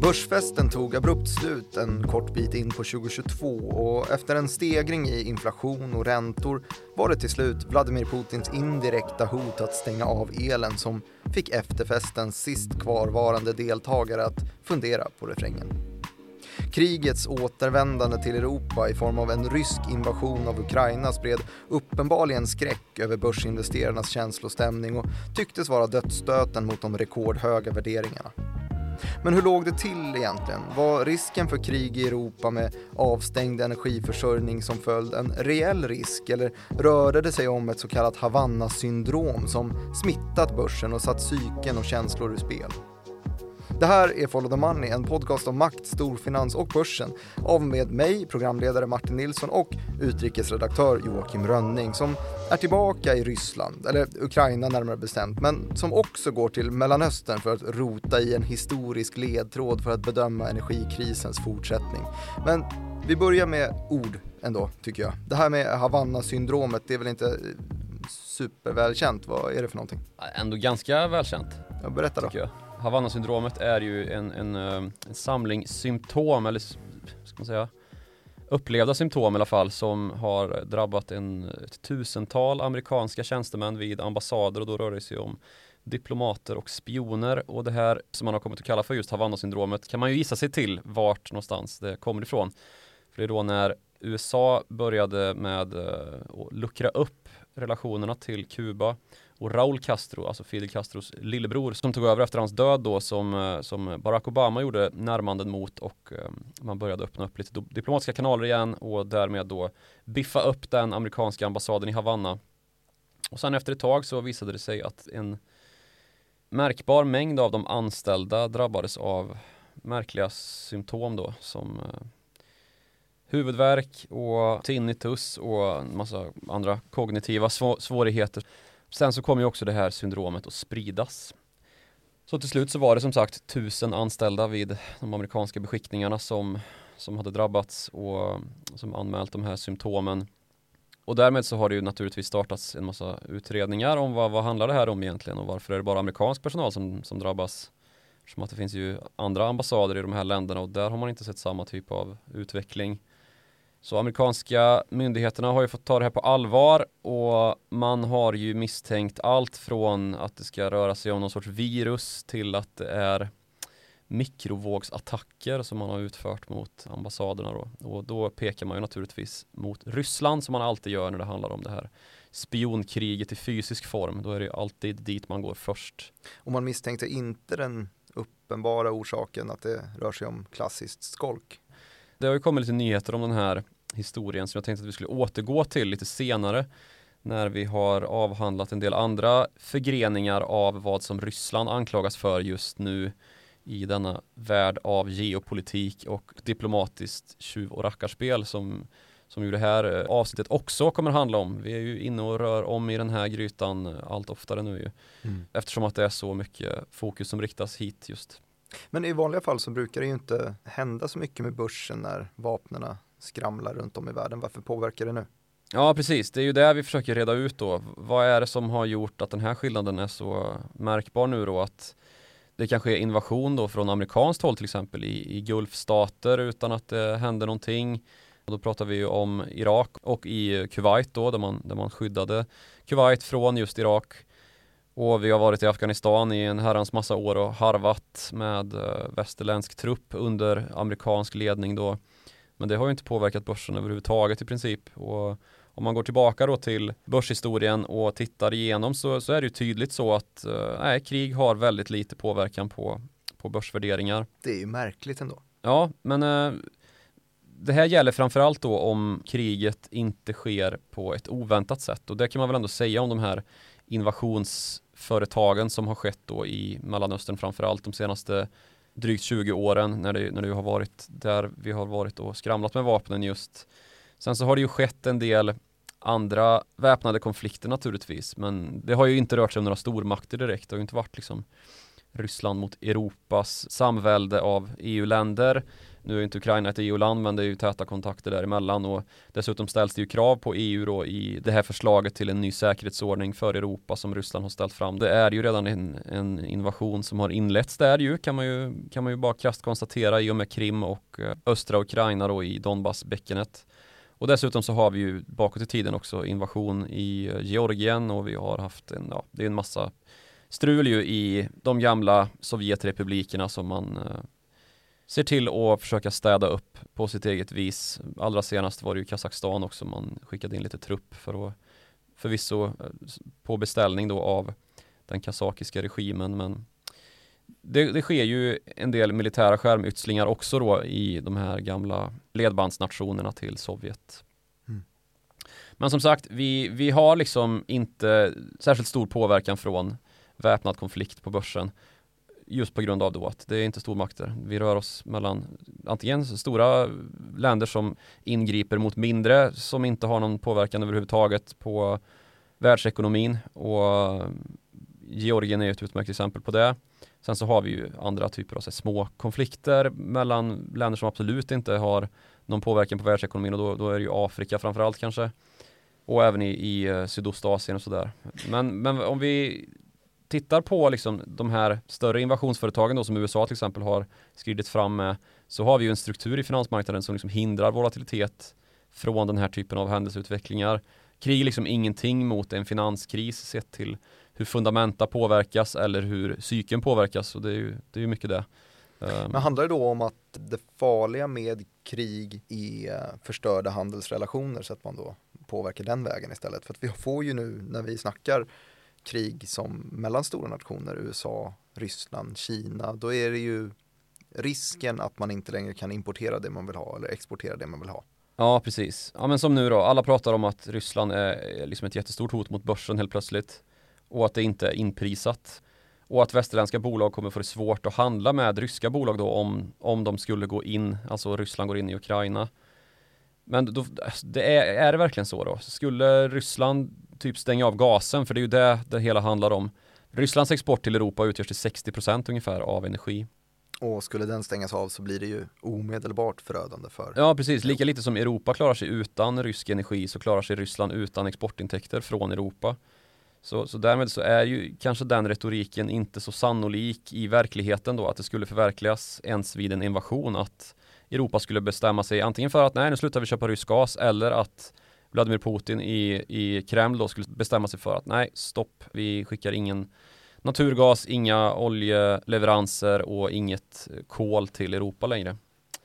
Börsfesten tog abrupt slut en kort bit in på 2022 och efter en stegring i inflation och räntor var det till slut Vladimir Putins indirekta hot att stänga av elen som fick efterfestens sist kvarvarande deltagare att fundera på refrängen. Krigets återvändande till Europa i form av en rysk invasion av Ukraina spred uppenbarligen skräck över börsinvesterarnas känslostämning och tycktes vara dödsstöten mot de rekordhöga värderingarna. Men hur låg det till egentligen? Var risken för krig i Europa med avstängd energiförsörjning som följd en reell risk eller rörde det sig om ett så kallat Havanna-syndrom som smittat börsen och satt psyken och känslor ur spel? Det här är Follow the Money, en podcast om makt, storfinans och börsen av med mig, programledare Martin Nilsson och utrikesredaktör Joakim Rönning som är tillbaka i Ryssland, eller Ukraina närmare bestämt, men som också går till Mellanöstern för att rota i en historisk ledtråd för att bedöma energikrisens fortsättning. Men vi börjar med ord ändå, tycker jag. Det här med Havanna-syndromet, det är väl inte supervälkänt. Vad är det för någonting? Ändå ganska välkänt. Jag berättar då. Jag. Havanna-syndromet är ju en samling symptom, eller ska man säga upplevda symptom i alla fall, som har drabbat ett tusental amerikanska tjänstemän vid ambassader, och då rör det sig om diplomater och spioner. Och det här som man har kommit att kalla för just Havanna-syndromet kan man ju gissa sig till vart någonstans det kommer ifrån. För det är då när USA började med att luckra upp relationerna till Kuba och Raúl Castro, alltså Fidel Castros lillebror, som tog över efter hans död då, som Barack Obama gjorde närmanden mot, och man började öppna upp lite diplomatiska kanaler igen och därmed då biffa upp den amerikanska ambassaden i Havanna. Och sen efter ett tag så visade det sig att en märkbar mängd av de anställda drabbades av märkliga symptom då, som huvudvärk och tinnitus och en massa andra kognitiva svårigheter. Sen så kom ju också det här syndromet att spridas. Så till slut så var det som sagt 1000 anställda vid de amerikanska beskickningarna som hade drabbats och som anmält de här symptomen. Och därmed så har det ju naturligtvis startats en massa utredningar om vad handlar det här om egentligen, och varför är det bara amerikansk personal som drabbas. Eftersom att det finns ju andra ambassader i de här länderna och där har man inte sett samma typ av utveckling. Så amerikanska myndigheterna har ju fått ta det här på allvar, och man har ju misstänkt allt från att det ska röra sig om någon sorts virus till att det är mikrovågsattacker som man har utfört mot ambassaderna då. Och då pekar man ju naturligtvis mot Ryssland, som man alltid gör när det handlar om det här spionkriget i fysisk form. Då är det ju alltid dit man går först. Och man misstänkte inte den uppenbara orsaken att det rör sig om klassiskt skolk. Det har ju kommit lite nyheter om den här historien som jag tänkte att vi skulle återgå till lite senare, när vi har avhandlat en del andra förgreningar av vad som Ryssland anklagas för just nu i denna värld av geopolitik och diplomatiskt tjuv- och rackarspel som ju det här avsnittet också kommer handla om. Vi är ju inne och rör om i den här grytan allt oftare nu ju, eftersom att det är så mycket fokus som riktas hit just. Men i vanliga fall så brukar det ju inte hända så mycket med börsen när vapnena skramlar runt om i världen. Varför påverkar det nu? Ja, precis. Det är ju det vi försöker reda ut då. Vad är det som har gjort att den här skillnaden är så märkbar nu då, att det kanske är invasion då från amerikanskt håll till exempel i Gulfstater utan att det händer någonting. Och då pratar vi ju om Irak och i Kuwait då, där man skyddade Kuwait från just Irak. Och vi har varit i Afghanistan i en herrans massa år och harvat med västerländsk trupp under amerikansk ledning då. Men det har ju inte påverkat börsen överhuvudtaget i princip. Och om man går tillbaka då till börshistorien och tittar igenom så är det ju tydligt så att krig har väldigt lite påverkan på börsvärderingar. Det är ju märkligt ändå. Ja, men det här gäller framförallt då om kriget inte sker på ett oväntat sätt. Och det kan man väl ändå säga om de här invasionsföretagen som har skett då i Mellanöstern framförallt de senaste drygt 20 åren när det har varit där vi har varit och skramlat med vapnen just. Sen så har det ju skett en del andra väpnade konflikter naturligtvis, men det har ju inte rört sig om några stormakter direkt. Det har ju inte varit liksom Ryssland mot Europas samvälde av EU-länder. Nu är inte Ukraina ett EU-land, men det är ju täta kontakter däremellan, och dessutom ställs det ju krav på EU då i det här förslaget till en ny säkerhetsordning för Europa som Ryssland har ställt fram. Det är ju redan en invasion som har inletts där ju, kan man ju bara krasst konstatera, i och med Krim och östra Ukraina då i Donbassbäckenet. Och dessutom så har vi ju bakåt i tiden också invasion i Georgien, och vi har haft det är en massa strul ju i de gamla Sovjetrepublikerna som man ser till att försöka städa upp på sitt eget vis. Allra senast var det ju Kazakstan också, man skickade in lite trupp för att förvisso på beställning då av den kazakiska regimen, men det sker ju en del militära skärmytslingar också då i de här gamla ledbandsnationerna till Sovjet. Men som sagt, vi har liksom inte särskilt stor påverkan från väpnad konflikt på börsen, just på grund av då att det är inte stormakter. Vi rör oss mellan antingen stora länder som ingriper mot mindre som inte har någon påverkan överhuvudtaget på världsekonomin, och Georgien är ett utmärkt exempel på det. Sen så har vi ju andra typer av små konflikter mellan länder som absolut inte har någon påverkan på världsekonomin, och då är det ju Afrika framförallt kanske, och även i Sydostasien och sådär. Men om vi tittar på liksom de här större invasionsföretagen då, som USA till exempel har skridit fram med, så har vi ju en struktur i finansmarknaden som liksom hindrar volatilitet från den här typen av händelseutvecklingar. Krig är liksom ingenting mot en finanskris sett till hur fundamenta påverkas eller hur psyken påverkas, och det är ju mycket det. Men handlar det då om att det farliga med krig är förstörda handelsrelationer, så att man då påverkar den vägen istället? För att vi får ju nu, när vi snackar krig som mellan stora nationer, USA, Ryssland, Kina, då är det ju risken att man inte längre kan importera det man vill ha eller exportera det man vill ha. Ja, precis. Ja, men som nu då, alla pratar om att Ryssland är liksom ett jättestort hot mot börsen helt plötsligt, och att det inte är inprisat, och att västerländska bolag kommer få det svårt att handla med ryska bolag då om de skulle gå in, alltså Ryssland går in i Ukraina. Men då, är det verkligen så då? Skulle Ryssland typ stänga av gasen, för det är ju det hela handlar om. Rysslands export till Europa utgörs till 60% ungefär av energi. Och skulle den stängas av så blir det ju omedelbart förödande för. Ja, precis. Lika lite som Europa klarar sig utan rysk energi, så klarar sig Ryssland utan exportintäkter från Europa. Så därmed så är ju kanske den retoriken inte så sannolik i verkligheten då, att det skulle förverkligas ens vid en invasion, att Europa skulle bestämma sig antingen för att nej, nu slutar vi köpa rysk gas, eller att Vladimir Putin i Kreml då skulle bestämma sig för att nej, stopp, vi skickar ingen naturgas, inga oljeleveranser och inget kol till Europa längre.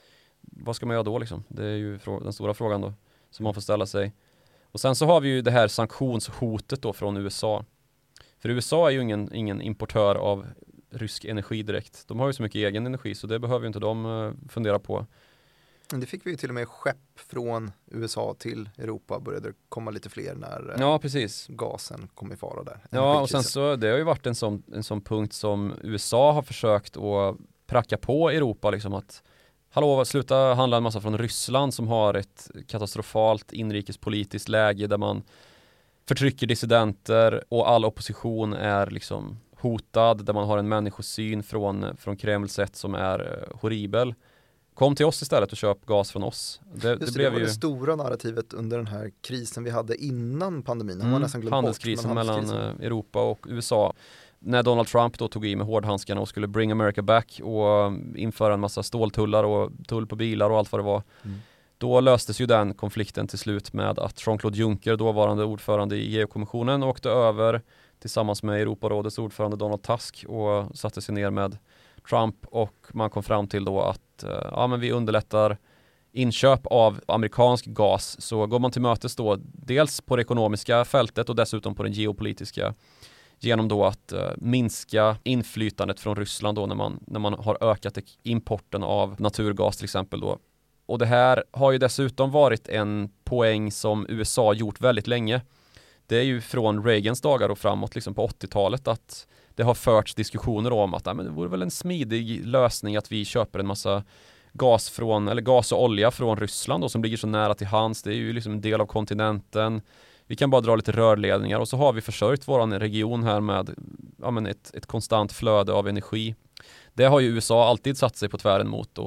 Vad ska man göra då liksom? Det är ju den stora frågan då som man får ställa sig. Och sen så har vi ju det här sanktionshotet då från USA. För USA är ju ingen importör av rysk energi direkt. De har ju så mycket egen energi, så det behöver ju inte de fundera på. Det fick vi ju till och med skepp från USA till Europa, började komma lite fler när ja, precis. Gasen kom i fara där. Ja, och sen så det har ju varit en sån punkt som USA har försökt att pracka på Europa liksom, att hallå, sluta handla en massa från Ryssland som har ett katastrofalt inrikespolitiskt läge där man förtrycker dissidenter och all opposition är liksom hotad, där man har en människosyn från Kremls sätt som är horribel. Kom till oss istället och köp gas från oss. Det var det stora narrativet under den här krisen vi hade innan pandemin. Handelskrisen mellan Europa och USA. När Donald Trump då tog i med hårdhandskarna och skulle bring America back och införa en massa ståltullar och tull på bilar och allt vad det var. Då löstes ju den konflikten till slut med att Jean-Claude Juncker, dåvarande ordförande i EU-kommissionen, åkte över tillsammans med Europarådets ordförande Donald Tusk och satte sig ner med Trump, och man kom fram till då att men vi underlättar inköp av amerikansk gas. Så går man till mötes då dels på det ekonomiska fältet och dessutom på den geopolitiska, genom då att minska inflytandet från Ryssland då när man har ökat importen av naturgas till exempel då. Och det här har ju dessutom varit en poäng som USA gjort väldigt länge. Det är ju från Reagans dagar och framåt liksom på 80-talet att det har förts diskussioner om att men det vore väl en smidig lösning att vi köper en massa gas och olja från Ryssland då, som ligger så nära till hands. Det är ju liksom en del av kontinenten. Vi kan bara dra lite rörledningar och så har vi försörjt våran region här med ett konstant flöde av energi. Det har ju USA alltid satt sig på tvären mot, och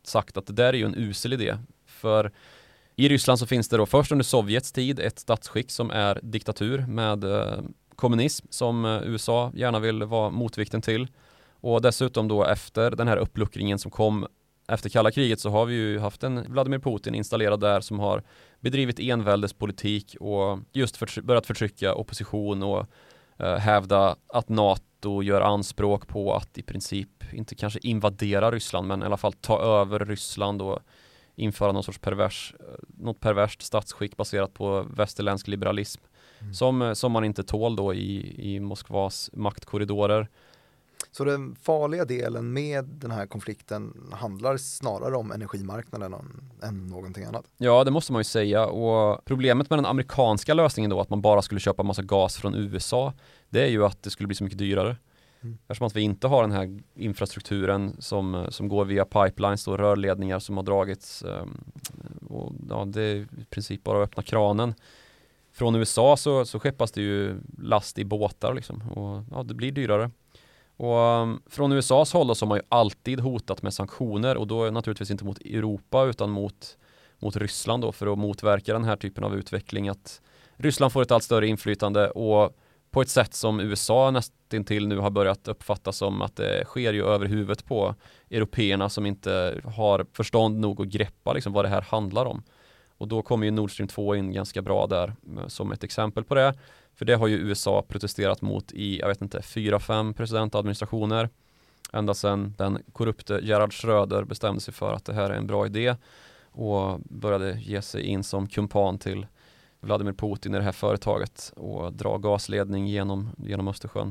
sagt att det där är ju en usel idé. För i Ryssland så finns det då först under Sovjets tid ett statsskick som är diktatur med kommunism som USA gärna vill vara motvikten till. Och dessutom då efter den här uppluckringen som kom efter kalla kriget så har vi ju haft en Vladimir Putin installerad där som har bedrivit enväldespolitik och just börjat förtrycka opposition och hävda att NATO gör anspråk på att i princip inte kanske invadera Ryssland men i alla fall ta över Ryssland och införa någon sorts något perverst statsskick baserat på västerländsk liberalism som man inte tål då i Moskvas maktkorridorer. Så den farliga delen med den här konflikten handlar snarare om energimarknaden än någonting annat? Ja, det måste man ju säga. Och problemet med den amerikanska lösningen då, att man bara skulle köpa massa gas från USA, det är ju att det skulle bli så mycket dyrare. Eftersom att vi inte har den här infrastrukturen som går via pipelines och rörledningar som har dragits och ja, det är i princip bara att öppna kranen. Från USA så skeppas det ju last i båtar liksom, och ja, det blir dyrare. Och från USAs håll så har man ju alltid hotat med sanktioner och då naturligtvis inte mot Europa utan mot Ryssland då, för att motverka den här typen av utveckling, att Ryssland får ett allt större inflytande och på ett sätt som USA nästintill nu har börjat uppfatta som att det sker ju över huvudet på européerna som inte har förstånd nog att greppa liksom vad det här handlar om. Och då kommer ju Nord Stream 2 in ganska bra där som ett exempel på det. För det har ju USA protesterat mot i, jag vet inte, 4-5 presidentadministrationer. Ända sedan den korrupte Gerhard Schröder bestämde sig för att det här är en bra idé och började ge sig in som kumpan till Vladimir Putin i det här företaget och dra gasledning genom Östersjön.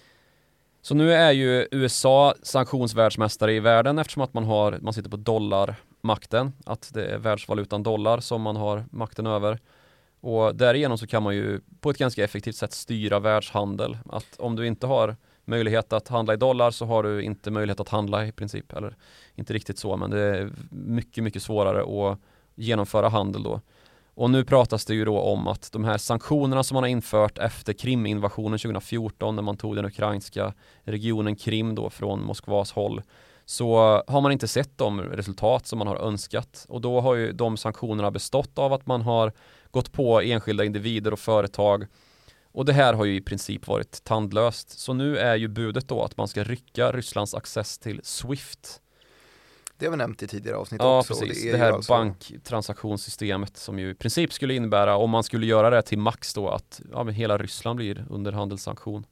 Så nu är ju USA sanktionsvärldsmästare i världen eftersom att man sitter på dollarmakten, att det är världsvalutan dollar som man har makten över. Och därigenom så kan man ju på ett ganska effektivt sätt styra världshandel. Att om du inte har möjlighet att handla i dollar så har du inte möjlighet att handla i princip. Eller inte riktigt så, men det är mycket, mycket svårare att genomföra handel då. Och nu pratas det ju då om att de här sanktionerna som man har infört efter Kriminvasionen 2014 när man tog den ukrainska regionen Krim då från Moskvas håll, så har man inte sett de resultat som man har önskat. Och då har ju de sanktionerna bestått av att man har gått på enskilda individer och företag. Och det här har ju i princip varit tandlöst. Så nu är ju budet då att man ska rycka Rysslands access till SWIFT. Det har vi nämnt i tidigare avsnitt ja, också. Precis. Det här alltså banktransaktionssystemet som ju i princip skulle innebära, om man skulle göra det till max då, att hela Ryssland blir under handelssanktion.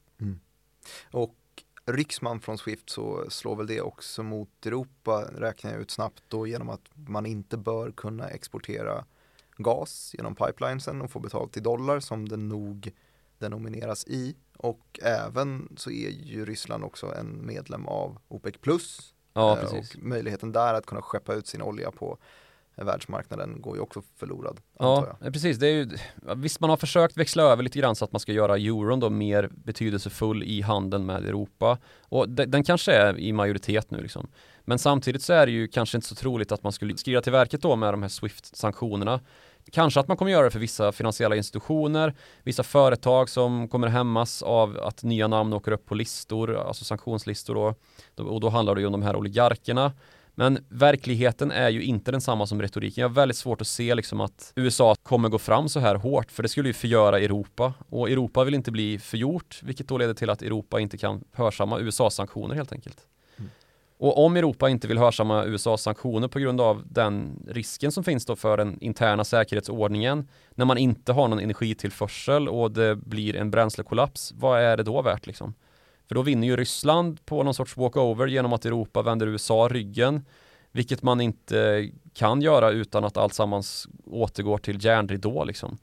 Och rycks man från SWIFT så slår väl det också mot Europa, räknar jag ut snabbt då, genom att man inte bör kunna exportera gas genom pipelinesen och få betalt i dollar som den nog denomineras i. Och även så är ju Ryssland också en medlem av OPEC+. Ja, precis. Och möjligheten där att kunna skeppa ut sin olja på världsmarknaden går ju också förlorad. Ja, precis. Det är ju, visst, man har försökt växla över lite grann så att man ska göra euron då mer betydelsefull i handeln med Europa. Och den kanske är i majoritet nu liksom. Men samtidigt så är det ju kanske inte så troligt att man skulle skriva till verket då med de här SWIFT-sanktionerna. Kanske att man kommer göra det för vissa finansiella institutioner, vissa företag som kommer hämmas av att nya namn åker upp på listor, alltså sanktionslistor då. Och då handlar det ju om de här oligarkerna. Men verkligheten är ju inte densamma som retoriken. Jag har väldigt svårt att se liksom att USA kommer gå fram så här hårt, för det skulle ju förgöra Europa. Och Europa vill inte bli förgjort, vilket då leder till att Europa inte kan hörsamma USAs sanktioner helt enkelt. Och om Europa inte vill hörsamma USAs sanktioner på grund av den risken som finns då för den interna säkerhetsordningen, när man inte har någon energitillförsel och det blir en bränslekollaps, vad är det då värt liksom? För då vinner ju Ryssland på någon sorts walkover genom att Europa vänder USA ryggen, vilket man inte kan göra utan att alltsammans återgår till järnridå liksom.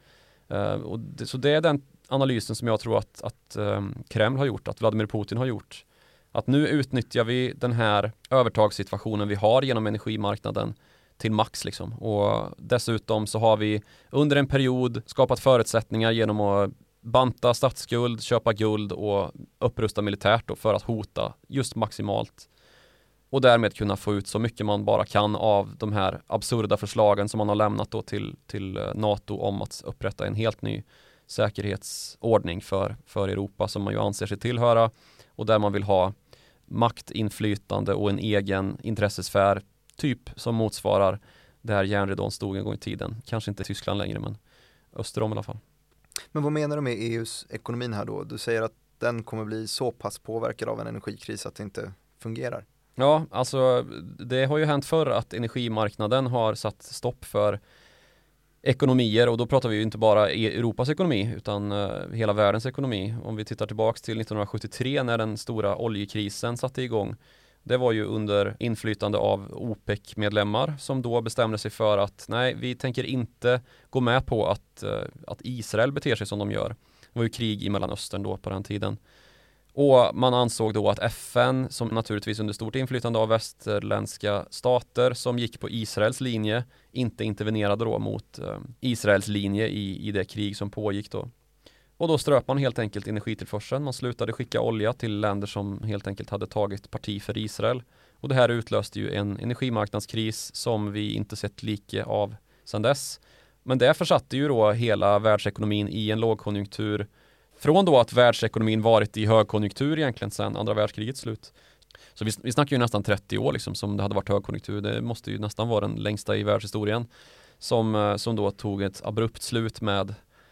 Så det är den analysen som jag tror att Kreml har gjort, att Vladimir Putin har gjort. Att nu utnyttjar vi den här övertagssituationen vi har genom energimarknaden till max liksom. Och dessutom så har vi under en period skapat förutsättningar genom att banta statsskuld, köpa guld och upprusta militärt då för att hota just maximalt. Och därmed kunna få ut så mycket man bara kan av de här absurda förslagen som man har lämnat då till NATO om att upprätta en helt ny säkerhetsordning för Europa som man ju anser sig tillhöra, och där man vill ha maktinflytande och en egen intressesfär typ som motsvarar där järnridån stod en gång i tiden. Kanske inte Tyskland längre, men öster om i alla fall. Men vad menar du med EUs ekonomin här då? Du säger att den kommer bli så pass påverkad av en energikris att det inte fungerar. Ja, alltså det har ju hänt förr att energimarknaden har satt stopp för ekonomier, och då pratar vi ju inte bara Europas ekonomi utan hela världens ekonomi. Om vi tittar tillbaks till 1973 när den stora oljekrisen satte igång. Det var ju under inflytande av OPEC-medlemmar som då bestämde sig för att nej, vi tänker inte gå med på att Israel beter sig som de gör. Det var ju krig i Mellanöstern då på den tiden. Och man ansåg då att FN, som naturligtvis under stort inflytande av västerländska stater som gick på Israels linje, inte intervenerade då mot Israels linje i det krig som pågick då. Och då ströp man helt enkelt energitillförseln. Man slutade skicka olja till länder som helt enkelt hade tagit parti för Israel. Och det här utlöste ju en energimarknadskris som vi inte sett lika av sedan dess. Men det försatte ju då hela världsekonomin i en lågkonjunktur. Från då att världsekonomin varit i högkonjunktur egentligen sedan andra världskrigets slut. Så vi snackar ju nästan 30 år liksom, som det hade varit högkonjunktur. Det måste ju nästan vara den längsta i världshistorien. Som då tog ett abrupt slut med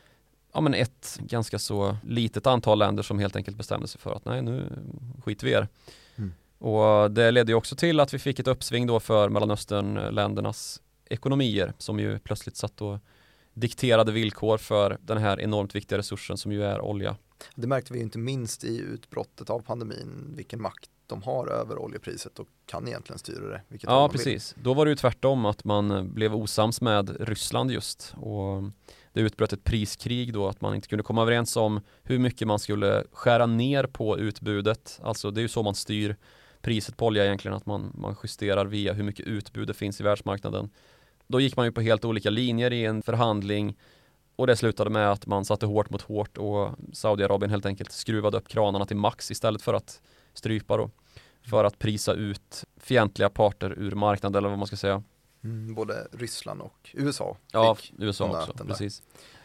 ett ganska så litet antal länder som helt enkelt bestämde sig för att nej, nu skiter vi er. Och det ledde ju också till att vi fick ett uppsving då för Mellanösternländernas ekonomier som ju plötsligt satt och dikterade villkor för den här enormt viktiga resursen som ju är olja. Det märkte vi ju inte minst i utbrottet av pandemin, vilken makt de har över oljepriset och kan egentligen styra det. Ja, precis. Då var det ju tvärtom att man blev osams med Ryssland just. Och det utbröt ett priskrig då, att man inte kunde komma överens om hur mycket man skulle skära ner på utbudet. Alltså det är ju så man styr priset på olja egentligen, att man justerar via hur mycket utbud det finns i världsmarknaden. Då gick man ju på helt olika linjer i en förhandling, och det slutade med att man satte hårt mot hårt och Saudiarabien helt enkelt skruvade upp kranarna till max istället för att strypa då, för att prisa ut fientliga parter ur marknaden eller vad man ska säga. Både Ryssland och USA. Ja, USA också, precis.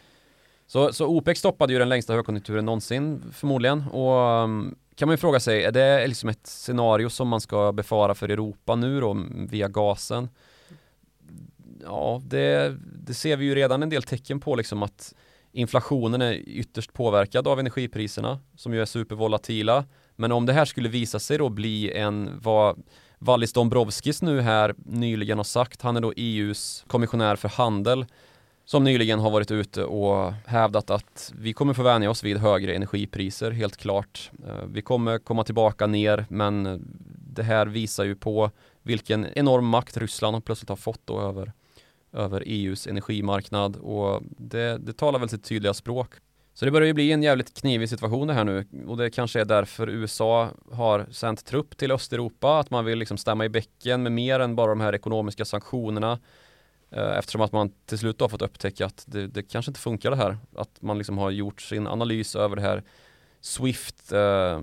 Så OPEC stoppade ju den längsta högkonjunkturen någonsin förmodligen, och kan man ju fråga sig, är det liksom ett scenario som man ska befara för Europa nu då via gasen? Ja, det ser vi ju redan en del tecken på liksom, att inflationen är ytterst påverkad av energipriserna som ju är supervolatila. Men om det här skulle visa sig då bli vad Valdis Dombrovskis nu här nyligen har sagt, han är då EUs kommissionär för handel, som nyligen har varit ute och hävdat att vi kommer få vänja oss vid högre energipriser, helt klart. Vi kommer komma tillbaka ner, men det här visar ju på vilken enorm makt Ryssland plötsligt har fått då över EUs energimarknad, och det talar väl sitt tydliga språk. Så det börjar ju bli en jävligt knivig situation det här nu, och det kanske är därför USA har sänt trupp till Östeuropa, att man vill liksom stämma i bäcken med mer än bara de här ekonomiska sanktionerna, eftersom att man till slut har fått upptäcka att det kanske inte funkar det här, att man liksom har gjort sin analys över det här Swift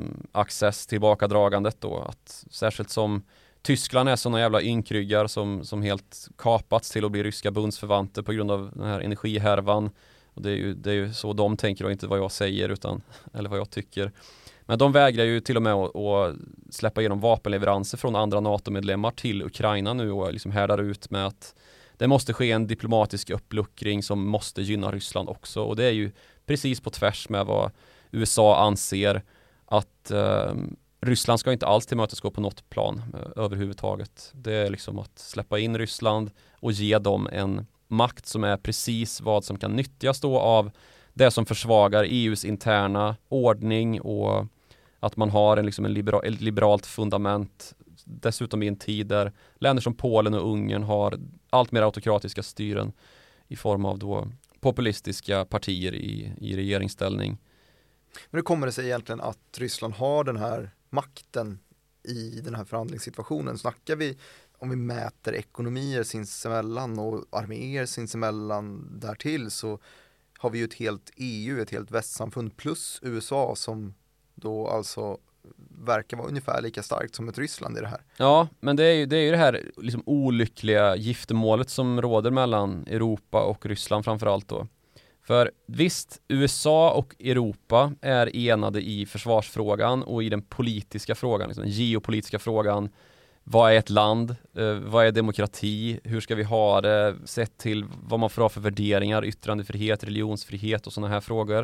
access tillbakadragandet då, att särskilt som Tyskland är sådana jävla ynkryggar som helt kapats till att bli ryska bundsförvanter på grund av den här energihärvan. Och det är ju så de tänker och inte vad jag säger eller vad jag tycker. Men de vägrar ju till och med att släppa igenom vapenleveranser från andra NATO-medlemmar till Ukraina nu, och liksom härdar ut med att det måste ske en diplomatisk uppluckring som måste gynna Ryssland också. Och det är ju precis på tvärs med vad USA anser, att Ryssland ska inte alls tillmötesgå på något plan överhuvudtaget. Det är liksom att släppa in Ryssland och ge dem en makt som är precis vad som kan nyttjas då av det som försvagar EUs interna ordning, och att man har ett liberalt fundament. Dessutom i en tid där länder som Polen och Ungern har allt mer autokratiska styren i form av då populistiska partier i regeringsställning. Men hur kommer det sig egentligen att Ryssland har den här makten i den här förhandlingssituationen? Snackar vi, om vi mäter ekonomier sinsemellan och arméer sinsemellan därtill, så har vi ju ett helt EU, ett helt västsamfund plus USA som då alltså verkar vara ungefär lika starkt som ett Ryssland i det här. Ja, men det är ju det här liksom olyckliga giftermålet som råder mellan Europa och Ryssland framförallt då. För visst, USA och Europa är enade i försvarsfrågan och i den politiska frågan, liksom den geopolitiska frågan. vad är ett land? Vad är demokrati? Hur ska vi ha det? Sett till vad man får ha för värderingar, yttrandefrihet, religionsfrihet och sådana här frågor.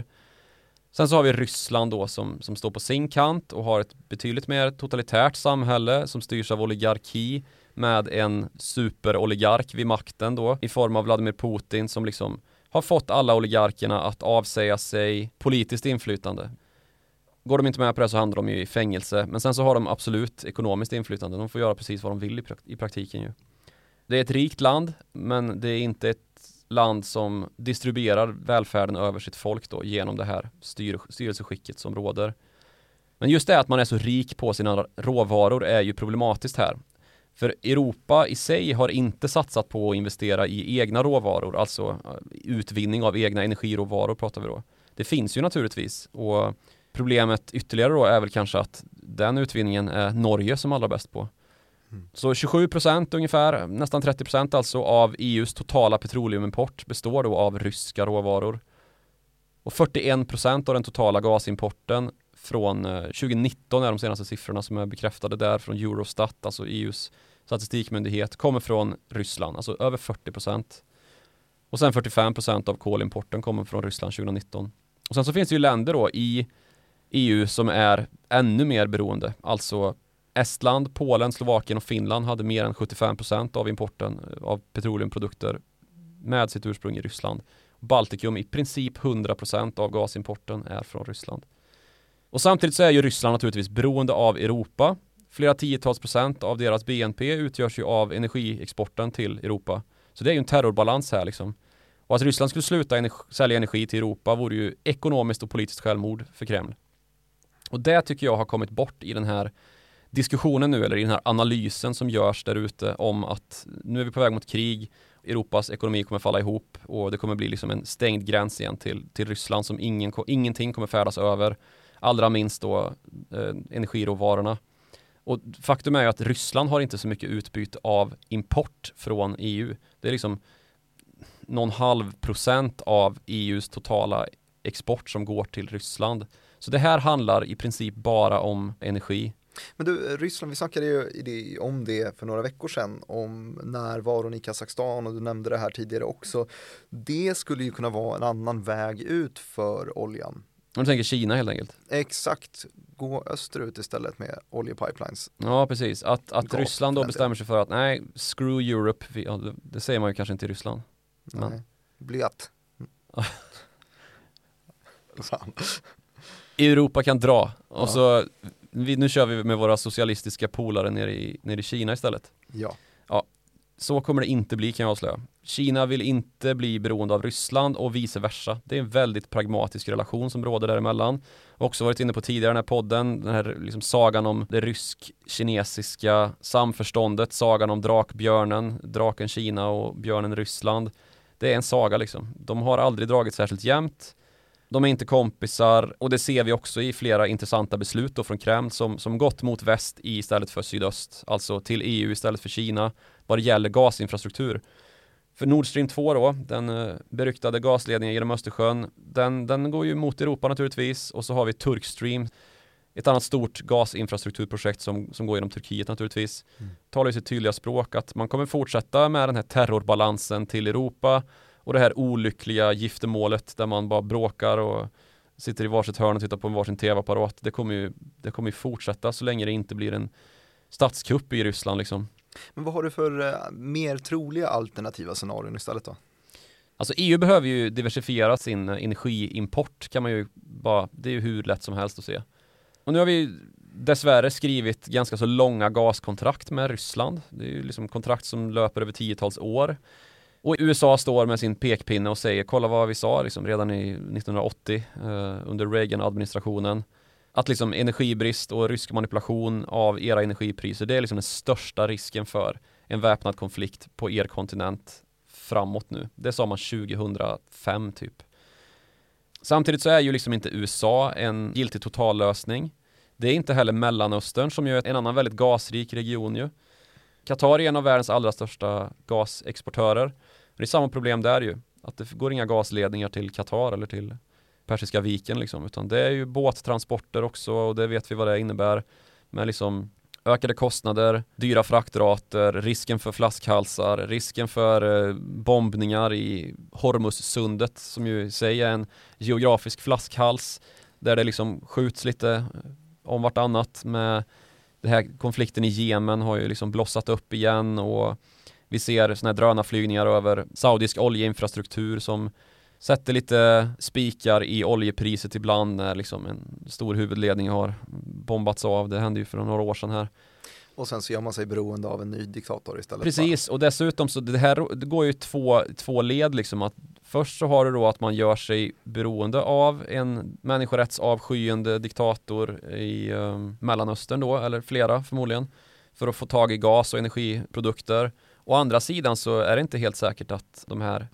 Sen så har vi Ryssland då som står på sin kant och har ett betydligt mer totalitärt samhälle som styrs av oligarki med en superoligark vid makten då i form av Vladimir Putin som liksom har fått alla oligarkerna att avsäga sig politiskt inflytande. Går de inte med på det så hamnar de ju i fängelse. Men sen så har de absolut ekonomiskt inflytande. De får göra precis vad de vill i praktiken ju. Det är ett rikt land, men det är inte ett land som distribuerar välfärden över sitt folk då genom det här styrelseskicket som råder. Men just det att man är så rik på sina råvaror är ju problematiskt här. För Europa i sig har inte satsat på att investera i egna råvaror, alltså utvinning av egna energiråvaror pratar vi då. Det finns ju naturligtvis och problemet ytterligare då är väl kanske att den utvinningen är Norge som allra bäst på. Så 27% ungefär, nästan 30% alltså av EUs totala petroleumimport består då av ryska råvaror. Och 41% av den totala gasimporten från 2019 är de senaste siffrorna som är bekräftade där från Eurostat, alltså EUs statistikmyndighet, kommer från Ryssland, alltså över 40%. Och sen 45% av kolimporten kommer från Ryssland 2019. Och sen så finns det ju länder då i EU som är ännu mer beroende. Alltså Estland, Polen, Slovakien och Finland hade mer än 75% av importen av petroleumprodukter med sitt ursprung i Ryssland. Baltikum, i princip 100% av gasimporten är från Ryssland. Och samtidigt så är ju Ryssland naturligtvis beroende av Europa. Flera tiotals procent av deras BNP utgörs ju av energiexporten till Europa. Så det är ju en terrorbalans här liksom. Och att Ryssland skulle sluta sälja energi till Europa vore ju ekonomiskt och politiskt självmord för Kreml. Och det tycker jag har kommit bort i den här diskussionen nu, eller i den här analysen som görs där ute om att nu är vi på väg mot krig, Europas ekonomi kommer falla ihop och det kommer bli liksom en stängd gräns igen till Ryssland som ingenting kommer färdas över, allra minst då energiråvarorna. Och faktum är ju att Ryssland har inte så mycket utbyte av import från EU. Det är liksom 0,5% av EUs totala export som går till Ryssland. Så det här handlar i princip bara om energi. Men du, Ryssland, vi snackade ju om det för några veckor sedan, om närvaron i Kazakstan och du nämnde det här tidigare också. Det skulle ju kunna vara en annan väg ut för oljan. Om du tänker Kina helt enkelt. Exakt, gå österut istället med oljepipelines. Ja, precis. Att Ryssland då bestämmer sig för att nej, screw Europe. Det säger man ju kanske inte i Ryssland. Nej, blyat. Europa kan dra. Och så nu kör vi med våra socialistiska polare nere i Kina istället. Ja. Så kommer det inte bli, kan jag avslöja. Kina vill inte bli beroende av Ryssland och vice versa. Det är en väldigt pragmatisk relation som råder däremellan. Också varit inne på tidigare i den här podden, den här liksom sagan om det rysk-kinesiska samförståndet, sagan om drakbjörnen, draken Kina och björnen Ryssland. Det är en saga liksom. De har aldrig dragit särskilt jämnt. De är inte kompisar och det ser vi också i flera intressanta beslut då från Kreml som gått mot väst istället för sydöst, alltså till EU istället för Kina vad det gäller gasinfrastruktur. För Nord Stream 2 då, den beryktade gasledningen genom Östersjön, den går ju mot Europa naturligtvis, och så har vi Turkstream, ett annat stort gasinfrastrukturprojekt som går genom Turkiet naturligtvis. Talar ju sitt tydliga språk att man kommer fortsätta med den här terrorbalansen till Europa. Och det här olyckliga giftermålet där man bara bråkar och sitter i varsitt hörn och tittar på en varsin tv-apparat. Det kommer ju fortsätta så länge det inte blir en statskupp i Ryssland liksom. Men vad har du för mer troliga alternativa scenarion istället då? Alltså EU behöver ju diversifiera sin energiimport, kan man ju bara, det är ju hur lätt som helst att se. Och nu har vi dessvärre skrivit ganska så långa gaskontrakt med Ryssland. Det är ju liksom kontrakt som löper över 10-tals år. Och USA står med sin pekpinne och säger, kolla vad vi sa liksom, redan i 1980 under Reagan-administrationen. Att liksom energibrist och rysk manipulation av era energipriser, det är liksom den största risken för en väpnad konflikt på er kontinent framåt nu. Det sa man 2005 typ. Samtidigt så är ju liksom inte USA en giltig totallösning. Det är inte heller Mellanöstern som ju är en annan väldigt gasrik region ju. Qatar är en av världens allra största gasexportörer. Det är samma problem där ju. Att det går inga gasledningar till Qatar eller till Persiska viken liksom. Utan det är ju båttransporter också, och det vet vi vad det innebär. Med liksom ökade kostnader, dyra fraktrater, risken för flaskhalsar, risken för bombningar i Hormuzsundet som ju i sig är en geografisk flaskhals där det liksom skjuts lite om vartannat. Med den här konflikten i Jemen har ju liksom blossat upp igen och vi ser såna här drönarflygningar över saudisk oljeinfrastruktur som sätter lite spikar i oljepriset ibland när liksom en stor huvudledning har bombats av. Det hände ju för några år sedan här. Och sen så gör man sig beroende av en ny diktator istället. Precis, och dessutom så det går ju två led liksom. Att först så har du då att man gör sig beroende av en människorättsavskyende diktator i Mellanöstern då, eller flera förmodligen, för att få tag i gas och energiprodukter. Å andra sidan så är det inte helt säkert att de här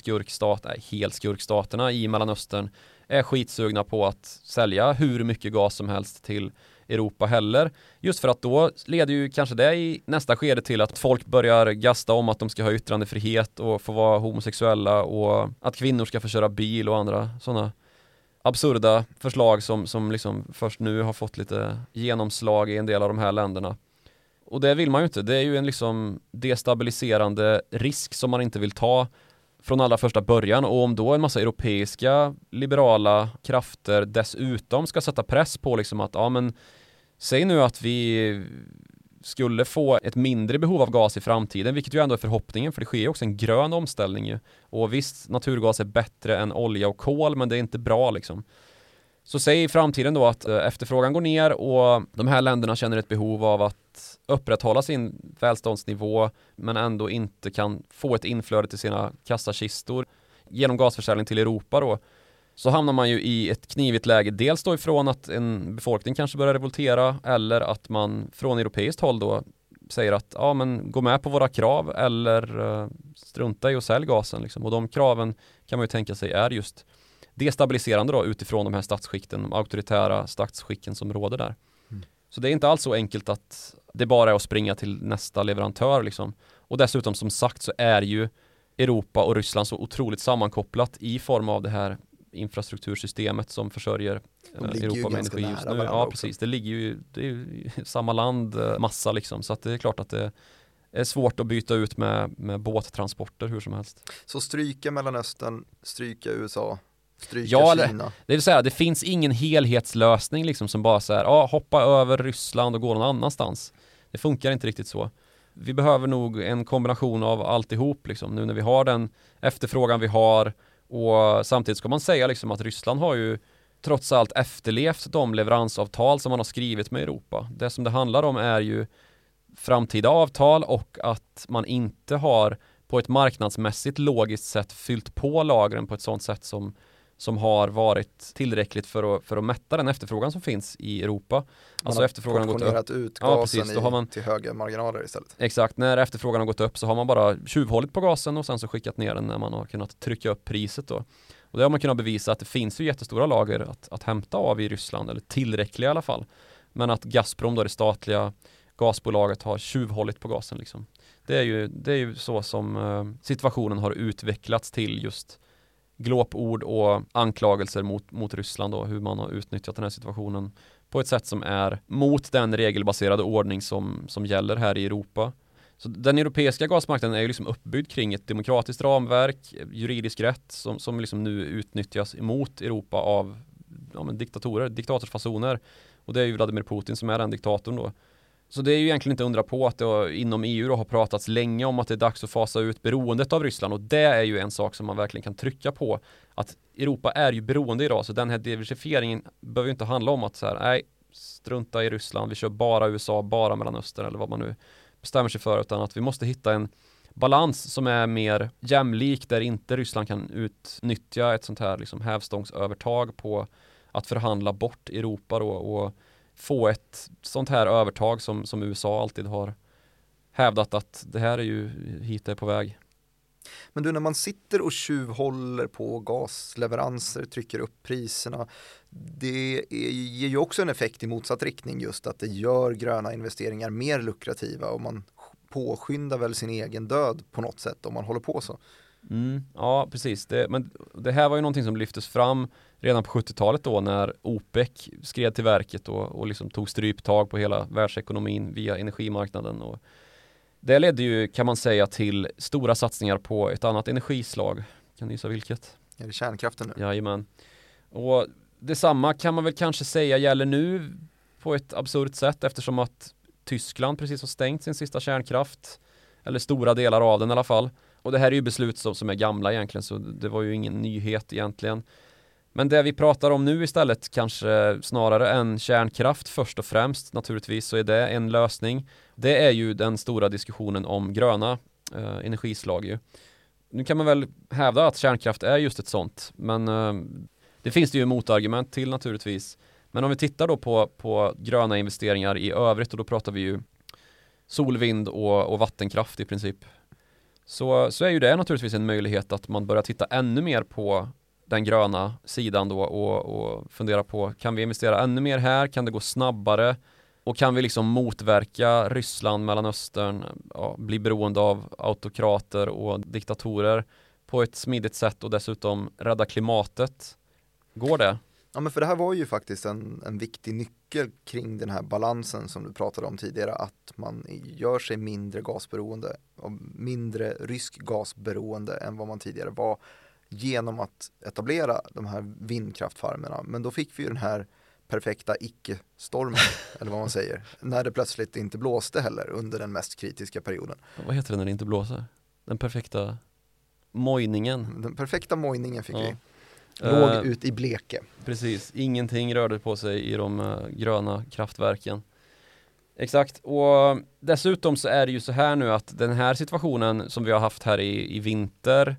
helskurkstaterna i Mellanöstern är skitsugna på att sälja hur mycket gas som helst till Europa heller. Just för att då leder ju kanske det i nästa skede till att folk börjar gasta om att de ska ha yttrandefrihet och få vara homosexuella och att kvinnor ska få köra bil och andra sådana absurda förslag som liksom först nu har fått lite genomslag i en del av de här länderna. Och det vill man ju inte. Det är ju en liksom destabiliserande risk som man inte vill ta från allra första början. Och om då en massa europeiska liberala krafter dessutom ska sätta press på liksom att ja men säg nu att vi skulle få ett mindre behov av gas i framtiden, vilket ju ändå är förhoppningen, för det sker ju också en grön omställning ju. Och visst, naturgas är bättre än olja och kol, men det är inte bra liksom. Så säg i framtiden då att efterfrågan går ner och de här länderna känner ett behov av att upprätthålla sin välståndsnivå men ändå inte kan få ett inflöde till sina kassakistor genom gasförsäljning till Europa då. Så hamnar man ju i ett knivigt läge, dels då ifrån att en befolkning kanske börjar revoltera eller att man från europeiskt håll då säger att ja men gå med på våra krav eller strunta i och sälj gasen liksom. Och de kraven kan man ju tänka sig är just destabiliserande då utifrån de här statsskicken, de auktoritära statsskicken som råder där. Så det är inte alls så enkelt att det bara är att springa till nästa leverantör liksom. Och dessutom som sagt så är ju Europa och Ryssland så otroligt sammankopplat i form av det här infrastruktursystemet som försörjer Europa med energi just nu. Ja, precis. Det är ju samma land, massa liksom. Så att det är klart att det är svårt att byta ut med båttransporter hur som helst. Så stryka Mellanöstern, stryka USA, stryka Kina. Det vill säga, det finns ingen helhetslösning liksom som bara så här, hoppa över Ryssland och gå någon annanstans. Det funkar inte riktigt så. Vi behöver nog en kombination av alltihop liksom, nu när vi har den efterfrågan vi har. Och samtidigt ska man säga liksom att Ryssland har ju trots allt efterlevt de leveransavtal som man har skrivit med Europa. Det som det handlar om är ju framtida avtal och att man inte har på ett marknadsmässigt logiskt sätt fyllt på lagren på ett sådant sätt som har varit tillräckligt för att mätta den efterfrågan som finns i Europa. Alltså efterfrågan har gått upp. Ut gasen till höga marginaler istället. Exakt, när efterfrågan har gått upp så har man bara tjuvhållit på gasen och sen så skickat ner den när man har kunnat trycka upp priset då. Och det har man kunnat bevisa att det finns ju jättestora lager att hämta av i Ryssland, eller tillräckliga i alla fall. Men att Gazprom då, det statliga gasbolaget, har tjuvhållit på gasen liksom. Det är ju så som situationen har utvecklats till, just glåpord och anklagelser mot Ryssland och hur man har utnyttjat den här situationen på ett sätt som är mot den regelbaserade ordning som gäller här i Europa. Så den europeiska gasmarknaden är ju liksom uppbyggd kring ett demokratiskt ramverk, juridisk rätt som liksom nu utnyttjas emot Europa av diktatorsfasoner. Och det är ju Vladimir Putin som är den diktatorn då. Så det är ju egentligen inte undra på att det inom EU då har pratats länge om att det är dags att fasa ut beroendet av Ryssland. Och det är ju en sak som man verkligen kan trycka på. Att Europa är ju beroende idag, så den här diversifieringen behöver ju inte handla om att så här, nej, strunta i Ryssland, vi kör bara USA, bara Mellanöstern eller vad man nu bestämmer sig för, utan att vi måste hitta en balans som är mer jämlik, där inte Ryssland kan utnyttja ett sånt här liksom hävstångsövertag på att förhandla bort Europa då, och få ett sånt här övertag som USA alltid har hävdat att det här är ju hit är på väg. Men du, när man sitter och tjuvhåller på gasleveranser, trycker upp priserna, det ger ju också en effekt i motsatt riktning, just att det gör gröna investeringar mer lukrativa och man påskyndar väl sin egen död på något sätt om man håller på så. Ja, precis. Men det här var ju någonting som lyftes fram redan på 70-talet då när OPEC skred till verket och liksom tog stryptag på hela världsekonomin via energimarknaden. Och det ledde ju, kan man säga, till stora satsningar på ett annat energislag. Kan ni gissa vilket? Är det kärnkraften nu? Jajamän. Och detsamma kan man väl kanske säga gäller nu på ett absurt sätt eftersom att Tyskland precis har stängt sin sista kärnkraft. Eller stora delar av den i alla fall. Och det här är ju beslut som är gamla egentligen, så det var ju ingen nyhet egentligen. Men det vi pratar om nu istället kanske snarare än kärnkraft först och främst naturligtvis, så är det en lösning. Det är ju den stora diskussionen om gröna energislag ju. Nu kan man väl hävda att kärnkraft är just ett sånt, men det finns det ju motargument till naturligtvis. Men om vi tittar då på gröna investeringar i övrigt, och då pratar vi ju sol, vind och vattenkraft i princip. Så är ju det naturligtvis en möjlighet att man börjar titta ännu mer på den gröna sidan då och fundera på, kan vi investera ännu mer här? Kan det gå snabbare? Och kan vi liksom motverka Ryssland, Mellanöstern, bli beroende av autokrater och diktatorer på ett smidigt sätt och dessutom rädda klimatet? Går det? Ja, men för det här var ju faktiskt en viktig nyckel kring den här balansen som du pratade om tidigare, att man gör sig mindre gasberoende och mindre rysk gasberoende än vad man tidigare var genom att etablera de här vindkraftfarmerna. Men då fick vi ju den här perfekta icke-stormen, eller vad man säger, när det plötsligt inte blåste heller under den mest kritiska perioden. Vad heter det när det inte blåser? Den perfekta mojningen. Den perfekta mojningen fick vi. Låg ut i bleke. Precis, ingenting rörde på sig i de gröna kraftverken. Exakt, och dessutom så är det ju så här nu att den här situationen som vi har haft här i vinter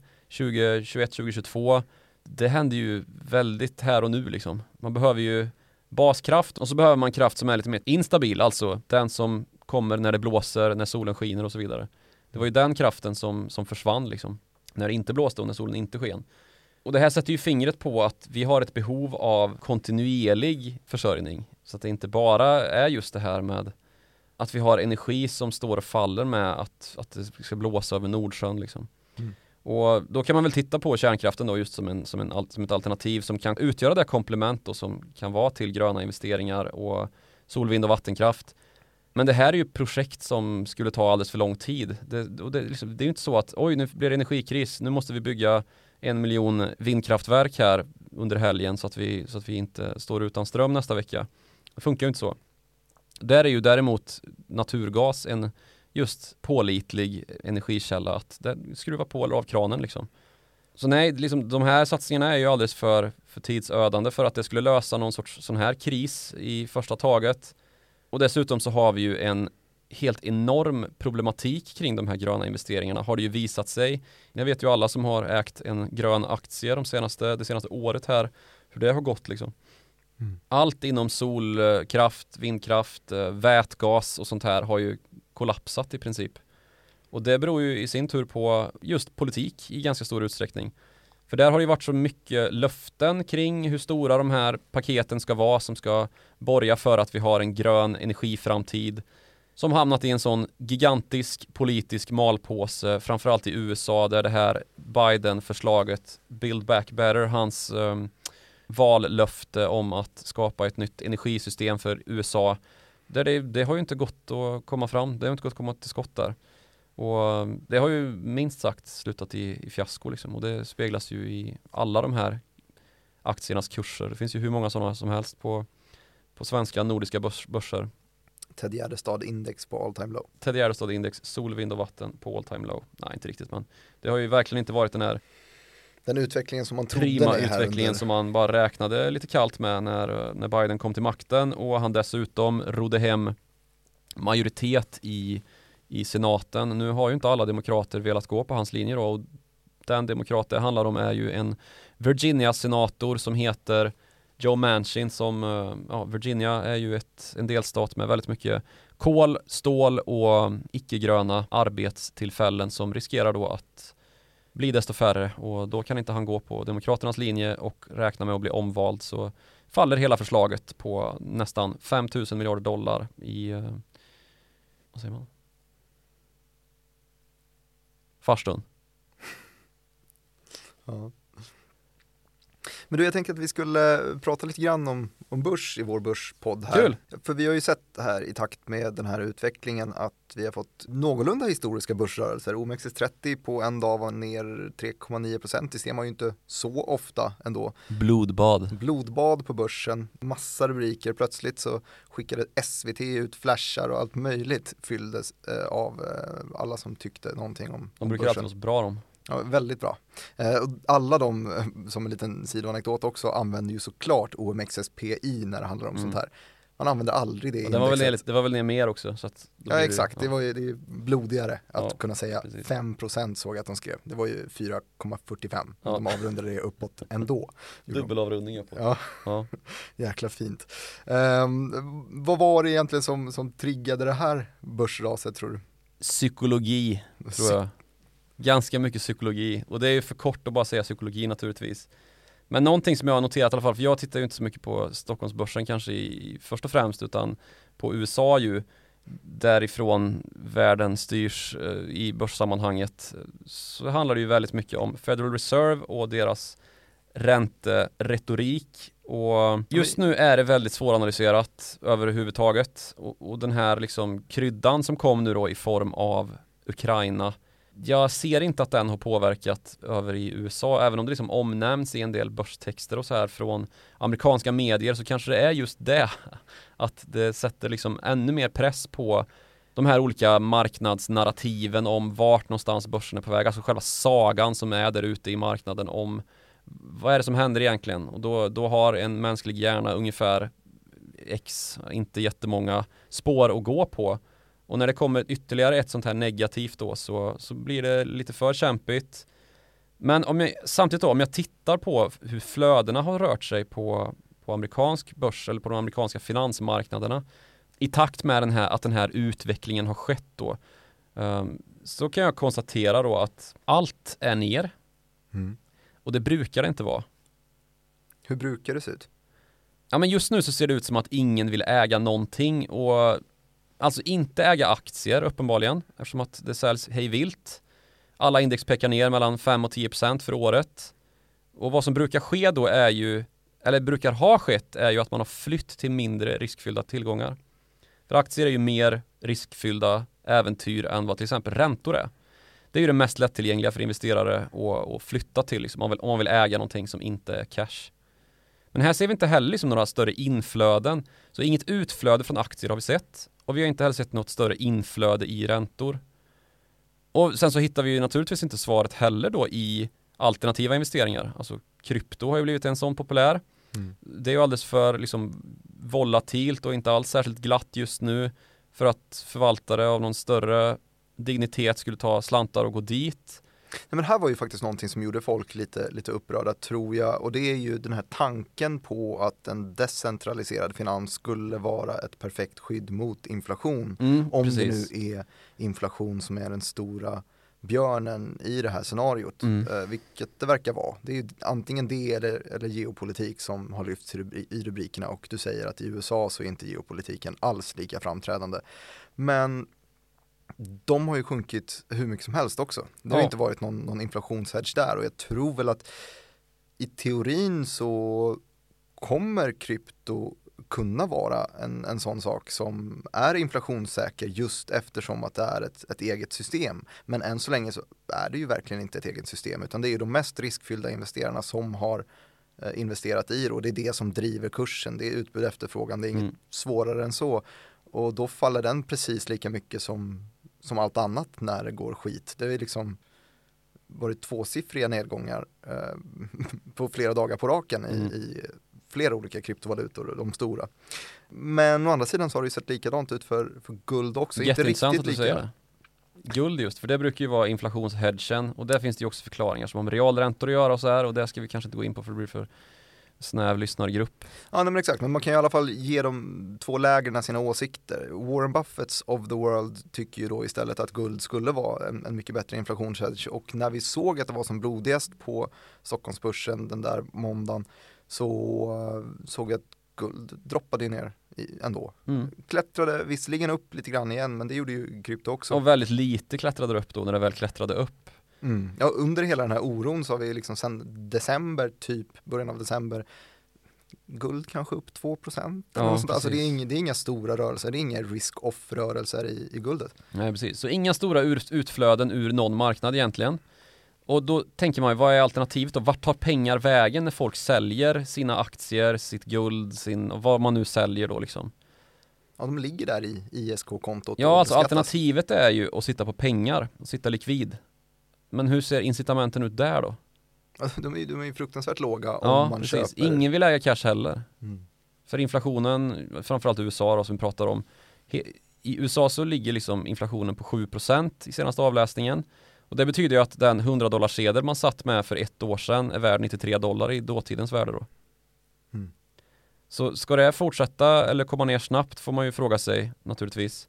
2021-2022, det händer ju väldigt här och nu liksom. Man behöver ju baskraft och så behöver man kraft som är lite mer instabil, alltså den som kommer när det blåser, när solen skiner och så vidare. Det var ju den kraften som försvann liksom, när det inte blåste och när solen inte sken. Och det här sätter ju fingret på att vi har ett behov av kontinuerlig försörjning. Så att det inte bara är just det här med att vi har energi som står och faller med att det ska blåsa över Nordsjön liksom. Och då kan man väl titta på kärnkraften då just som ett alternativ som kan utgöra det komplement då, som kan vara till gröna investeringar och solvind och vattenkraft. Men det här är ju projekt som skulle ta alldeles för lång tid. Det är ju inte så att nu blir det energikris, nu måste vi bygga 1 miljon vindkraftverk här under helgen så att vi inte står utan ström nästa vecka. Det funkar ju inte så. Där är ju däremot naturgas en just pålitlig energikälla att skruva på eller av kranen liksom. Så nej, liksom, de här satsningarna är ju alldeles för tidsödande för att det skulle lösa någon sorts sån här kris i första taget. Och dessutom så har vi ju en helt enorm problematik kring de här gröna investeringarna, har det ju visat sig. Jag vet ju alla som har ägt en grön aktie det senaste året här, hur det har gått liksom. Allt inom solkraft, vindkraft, vätgas och sånt här har ju kollapsat i princip. Och det beror ju i sin tur på just politik i ganska stor utsträckning. För där har det ju varit så mycket löften kring hur stora de här paketen ska vara som ska borga för att vi har en grön energiframtid som hamnat i en sån gigantisk politisk malpåse, framförallt i USA där det här Biden-förslaget Build Back Better, hans vallöfte om att skapa ett nytt energisystem för USA, där det har ju inte gått att komma fram, det har inte gått att komma till skott där. Och det har ju minst sagt slutat i fiasko liksom, och det speglas ju i alla de här aktiernas kurser. Det finns ju hur många sådana som helst på svenska nordiska börser. Ted Gärdestad index på all time low. Ted Gärdestad index, sol, vind och vatten på all time low. Nej, inte riktigt, men det har ju verkligen inte varit den utvecklingen som man trodde prima utvecklingen som man bara räknade lite kallt med när Biden kom till makten, och han dessutom rodde hem majoritet i senaten. Nu har ju inte alla demokrater velat gå på hans linje då, och den demokrat det handlar om är ju en Virginia-senator som heter Joe Manchin Virginia är ju en delstat med väldigt mycket kol, stål och icke-gröna arbetstillfällen som riskerar då att bli desto färre, och då kan inte han gå på demokraternas linje och räkna med att bli omvald, så faller hela förslaget på nästan $5 000 miljarder i vad säger man? Farstun. Ja. Men du, jag tänkte att vi skulle prata lite grann om börs i vår börspodd här. Kul! För vi har ju sett här i takt med den här utvecklingen att vi har fått någorlunda historiska börsrörelser. OMXS30 på en dag var ner 3,9%. Det ser man ju inte så ofta ändå. Blodbad på börsen, massa rubriker. Plötsligt så skickade SVT ut flashar och allt möjligt fylldes av alla som tyckte någonting om De brukar börsen. alltid vara så bra de. Ja, väldigt bra. Och alla de, som en liten sidoanekdot också, använder ju såklart OMXS-PI när det handlar om sånt här. Man använder aldrig det i indexet. Det var väl ner mer också. Så att ja, exakt. Det är ju blodigare att kunna säga precis. 5% såg jag att de skrev. Det var ju 4,45. De avrundade det uppåt ändå. Dubbelavrundning uppåt. Ja. Jäkla fint. Vad var det egentligen som triggade det här börsraset, tror du? Psykologi, tror jag. Ganska mycket psykologi. Och det är ju för kort att bara säga psykologi naturligtvis. Men någonting som jag har noterat i alla fall, för jag tittar ju inte så mycket på Stockholmsbörsen kanske i först och främst, utan på USA ju, därifrån världen styrs i börssammanhanget, så handlar det ju väldigt mycket om Federal Reserve och deras ränteretorik. Och just nu är det väldigt svåranalyserat överhuvudtaget. Och den här liksom kryddan som kom nu då i form av Ukraina, jag ser inte att den har påverkat över i USA, även om det liksom omnämns i en del börstexter och så här från amerikanska medier, så kanske det är just det, att det sätter liksom ännu mer press på de här olika marknadsnarrativen om vart någonstans börsen är på väg, alltså själva sagan som är där ute i marknaden om vad är det som händer egentligen. Och då har en mänsklig hjärna ungefär inte jättemånga spår att gå på. Och när det kommer ytterligare ett sånt här negativt då, så blir det lite för kämpigt. Men samtidigt då, om jag tittar på hur flödena har rört sig på amerikansk börs eller på de amerikanska finansmarknaderna i takt med att den här utvecklingen har skett då, så kan jag konstatera då att allt är ner. Och det brukar det inte vara. Hur brukar det se ut? Ja, men just nu så ser det ut som att ingen vill äga någonting, och alltså inte äga aktier uppenbarligen, eftersom att det säljs hej vilt. Alla index pekar ner mellan 5 och 10% för året. Och vad som brukar ske då är ju, eller brukar ha skett, är ju att man har flytt till mindre riskfyllda tillgångar. För aktier är ju mer riskfyllda äventyr än vad till exempel räntor är. Det är ju det mest lättillgängliga för investerare att flytta till liksom, om man vill äga någonting som inte är cash. Men här ser vi inte heller liksom några större inflöden. Så inget utflöde från aktier har vi sett. Och vi har inte heller sett något större inflöde i räntor. Och sen så hittar vi ju naturligtvis inte svaret heller då i alternativa investeringar. Alltså krypto har ju blivit en sån populär. Det är ju alldeles för liksom volatilt och inte alls särskilt glatt just nu för att förvaltare av någon större dignitet skulle ta slantar och gå dit. Nej, men här var ju faktiskt någonting som gjorde folk lite upprörda, tror jag, och det är ju den här tanken på att en decentraliserad finans skulle vara ett perfekt skydd mot inflation, om precis. det nu är inflation som är den stora björnen i det här scenariot, vilket det verkar vara. Det är ju antingen det eller geopolitik som har lyfts i rubrikerna, och du säger att i USA så är inte geopolitiken alls lika framträdande. Men de har ju sjunkit hur mycket som helst också. Det har inte varit någon inflationshedge där, och jag tror väl att i teorin så kommer krypto kunna vara en sån sak som är inflationssäker, just eftersom att det är ett eget system. Men än så länge så är det ju verkligen inte ett eget system, utan det är ju de mest riskfyllda investerarna som har investerat i det, och det är det som driver kursen. Det är utbud och efterfrågan, det är inget svårare än så. Och då faller den precis lika mycket som allt annat när det går skit. Det är liksom varit tvåsiffriga nedgångar på flera dagar på raken i flera olika kryptovalutor, de stora. Men å andra sidan så har det ju sett likadant ut för guld också. Jätteintressant inte riktigt att du säger det. Guld just, för det brukar ju vara inflationshedgen, och där finns det ju också förklaringar som har med realräntor att göra och så här, och det ska vi kanske inte gå in på för det blir för snäv lyssnargrupp. Ja, men exakt, men man kan i alla fall ge de två lägren sina åsikter. Warren Buffetts of the world tycker ju då istället att guld skulle vara en mycket bättre inflationshedge, och när vi såg att det var som blodigast på Stockholmsbörsen den där måndagen, så såg jag att guld droppade ner ändå. Klättrade visserligen upp lite grann igen, men det gjorde ju krypto också. Och väldigt lite klättrade upp då när det väl klättrade upp. Ja, under hela den här oron så har vi liksom sedan december, början av december, guld kanske upp 2%. Ja, alltså det är inga stora rörelser, det är inga risk-off-rörelser i guldet. Nej, precis. Så inga stora utflöden ur någon marknad egentligen. Och då tänker man, vad är alternativet då? Vart tar pengar vägen när folk säljer sina aktier, sitt guld, vad man nu säljer då liksom? Ja, de ligger där i ISK-kontot. Ja, alltså alternativet är ju att sitta på pengar och sitta likvid. Men hur ser incitamenten ut där då? Alltså, de är ju fruktansvärt låga ja, om man precis. köper. Ingen vill äga cash heller. För inflationen, framförallt i USA då, som vi pratar om. I USA så ligger liksom inflationen på 7% i senaste avläsningen. Och det betyder ju att den $100-sedel man satt med för 1 år sedan är värd $93 i dåtidens värde då. Så ska det fortsätta eller komma ner snabbt får man ju fråga sig naturligtvis.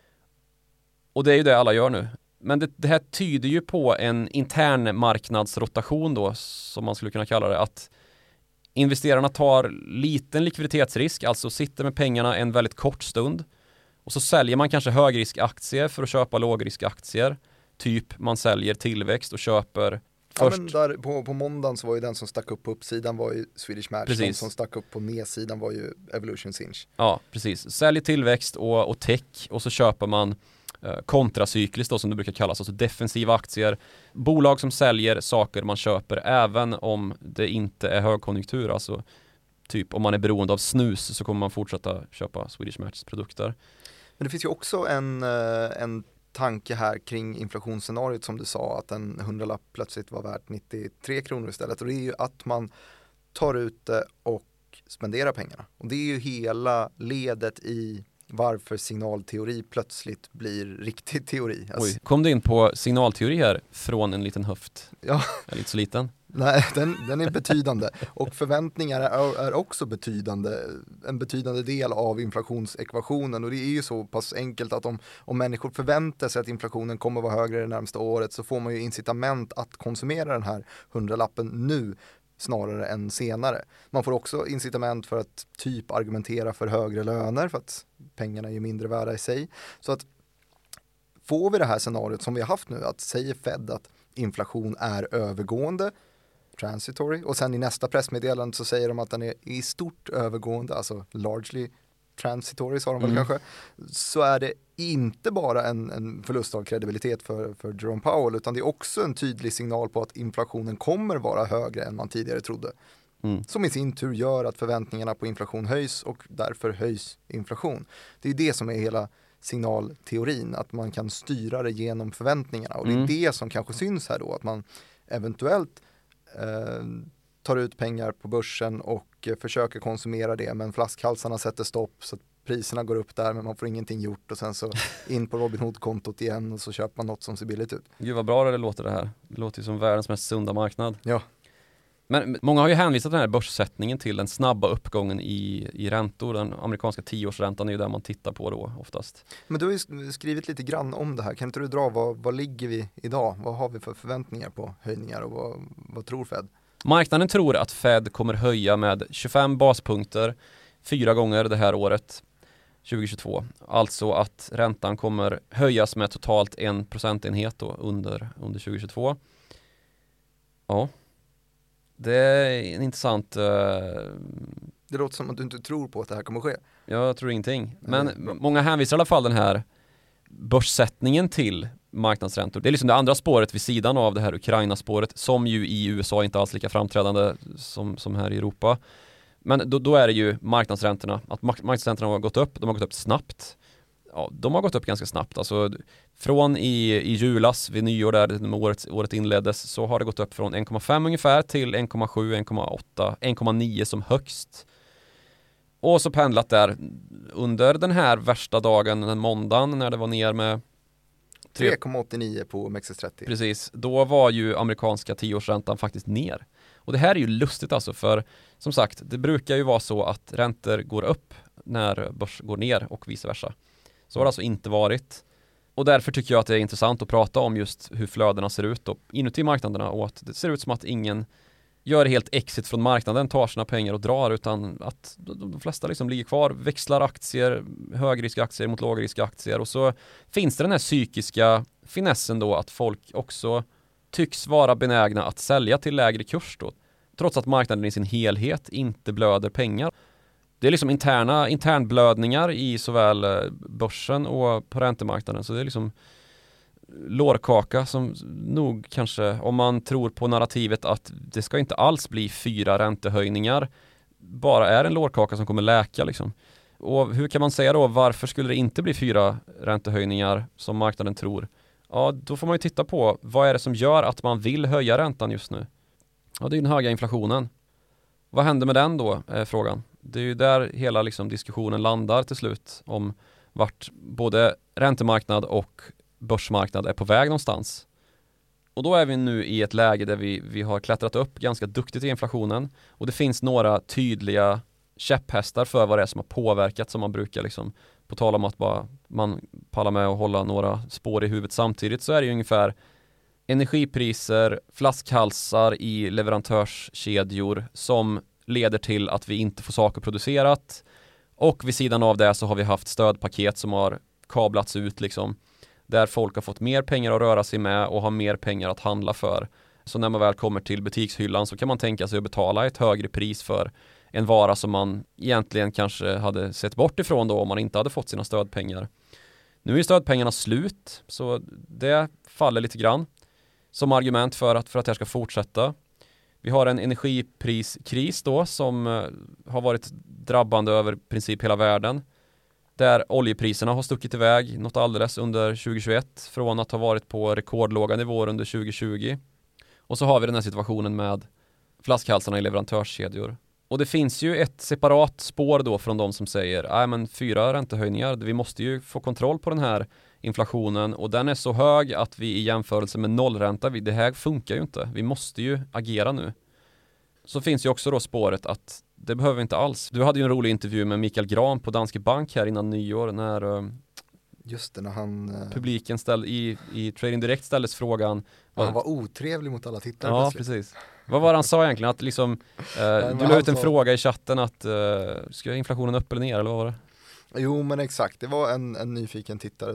Och det är ju det alla gör nu. Men det här tyder ju på en intern marknadsrotation då, som man skulle kunna kalla det, att investerarna tar liten likviditetsrisk, alltså sitter med pengarna en väldigt kort stund och så säljer man kanske högriskaktier för att köpa lågriskaktier. Typ man säljer tillväxt och köper först. Ja, men där, på måndagen så var ju den som stack upp på uppsidan var ju Swedish Match. Precis. Den som stack upp på nedsidan var ju Evolution Sinch. Ja, precis. Säljer tillväxt och tech och så köper man kontracykliskt då, som det brukar kallas, alltså defensiva aktier. Bolag som säljer saker man köper även om det inte är högkonjunktur, alltså typ om man är beroende av snus så kommer man fortsätta köpa Swedish Matchs produkter. Men det finns ju också en tanke här kring inflationsscenariot som du sa, att en 100-lapp plötsligt var värt 93 kronor istället, och det är ju att man tar ut det och spenderar pengarna. Och det är ju hela ledet i varför signalteori plötsligt blir riktig teori. Alltså, Oj, kom du in på signalteori här från en liten höft? Ja. Är lite så liten? Nej, den är betydande. Och förväntningar är också en betydande del av inflationsekvationen. Och det är ju så pass enkelt att om människor förväntar sig att inflationen kommer vara högre det närmaste året, så får man ju incitament att konsumera den här 100-lappen nu snarare än senare. Man får också incitament för att typ argumentera för högre löner, för att pengarna är ju mindre värda i sig. Så att får vi det här scenariot som vi har haft nu, att säger Fed att inflation är övergående, transitory, och sen i nästa pressmeddelande så säger de att den är i stort övergående, alltså largely transitory sa de väl kanske, så är det inte bara en förlust av kredibilitet för Jerome Powell, utan det är också en tydlig signal på att inflationen kommer vara högre än man tidigare trodde. Som i sin tur gör att förväntningarna på inflation höjs och därför höjs inflation. Det är det som är hela signalteorin, att man kan styra det genom förväntningarna, och det är det som kanske syns här då, att man eventuellt tar ut pengar på börsen och försöker konsumera det, men flaskhalsarna sätter stopp så att priserna går upp där, men man får ingenting gjort, och sen så in på Robinhood-kontot igen och så köper man något som ser billigt ut. Gud vad bra det låter det här. Det låter ju som världens mest sunda marknad. Ja. Men många har ju hänvisat den här börssättningen till den snabba uppgången i räntor. Den amerikanska 10-årsräntan är ju där man tittar på då oftast. Men du har ju skrivit lite grann om det här. Kan inte du dra, vad ligger vi idag? Vad har vi för förväntningar på höjningar, och vad tror Fed? Marknaden tror att Fed kommer höja med 25 baspunkter 4 gånger det här året 2022. Alltså att räntan kommer höjas med totalt 1 procentenhet då under 2022. Ja. Det är en intressant... Det låter som att du inte tror på att det här kommer ske. Jag tror ingenting. Men många hänvisar i alla fall den här börssättningen till marknadsräntor. Det är liksom det andra spåret vid sidan av det här Ukraina-spåret, som ju i USA inte alls lika framträdande som här i Europa. Men då är det ju marknadsräntorna. Att marknadsräntorna har gått upp, de har gått upp snabbt. Ja, de har gått upp ganska snabbt. Alltså, från i julas vid nyår där året inleddes, så har det gått upp från 1,5 ungefär till 1,7, 1,8, 1,9 som högst. Och så pendlat där under den här värsta dagen, den måndagen, när det var ner med 3,89 på OMXS30. Precis, då var ju amerikanska 10-årsräntan faktiskt ner. Och det här är ju lustigt alltså, för som sagt, det brukar ju vara så att räntor går upp när börs går ner och vice versa. Så har det alltså inte varit. Och därför tycker jag att det är intressant att prata om just hur flödena ser ut då, inuti marknaderna, och att det ser ut som att ingen gör helt exit från marknaden, tar sina pengar och drar, utan att de flesta liksom ligger kvar, växlar aktier, högriskaktier mot lågriskaktier, och så finns det den här psykiska finessen då att folk också tycks vara benägna att sälja till lägre kurs då, trots att marknaden i sin helhet inte blöder pengar. Det är liksom internblödningar i såväl börsen och på räntemarknaden, så det är liksom lårkaka som nog kanske, om man tror på narrativet att det ska inte alls bli 4 räntehöjningar, bara är en lårkaka som kommer läka liksom. Och hur kan man säga då, varför skulle det inte bli 4 räntehöjningar som marknaden tror? Ja, då får man ju titta på vad är det som gör att man vill höja räntan just nu. Ja, det är den höga inflationen. Vad händer med den då, är frågan. Det är ju där hela liksom diskussionen landar till slut, om vart både räntemarknad och börsmarknad är på väg någonstans. Och då är vi nu i ett läge där vi har klättrat upp ganska duktigt i inflationen, och det finns några tydliga käpphästar för vad det är som har påverkat, som man brukar liksom, på tal om att bara man pallar med att hålla några spår i huvudet samtidigt, så är det ju ungefär energipriser, flaskhalsar i leverantörskedjor som leder till att vi inte får saker producerat, och vid sidan av det så har vi haft stödpaket som har kablats ut liksom, där folk har fått mer pengar att röra sig med och har mer pengar att handla för. Så när man väl kommer till butikshyllan så kan man tänka sig att betala ett högre pris för en vara som man egentligen kanske hade sett bort ifrån då om man inte hade fått sina stödpengar. Nu är stödpengarna slut, så det faller lite grann som argument för att det här ska fortsätta. Vi har en energipriskris då som har varit drabbande över princip hela världen, där oljepriserna har stuckit iväg något alldeles under 2021 från att ha varit på rekordlåga nivåer under 2020. Och så har vi den här situationen med flaskhalsarna i leverantörskedjor. Och det finns ju ett separat spår då från de som säger men 4 räntehöjningar, vi måste ju få kontroll på den här inflationen, och den är så hög att vi i jämförelse med nollränta, det här funkar ju inte, vi måste ju agera nu. Så finns ju också då spåret att det behöver vi inte alls. Du hade ju en rolig intervju med Mikael Gran på Danske Bank här innan nyår, när just det, när han publiken ställde i Trading Direct ställdes frågan. Han var otrevlig mot alla tittare. Ja, precis. Vad var det han sa egentligen? Att liksom, du la ut en fråga i chatten att ska inflationen upp eller ner, eller vad var det? Jo, men exakt. Det var en nyfiken tittare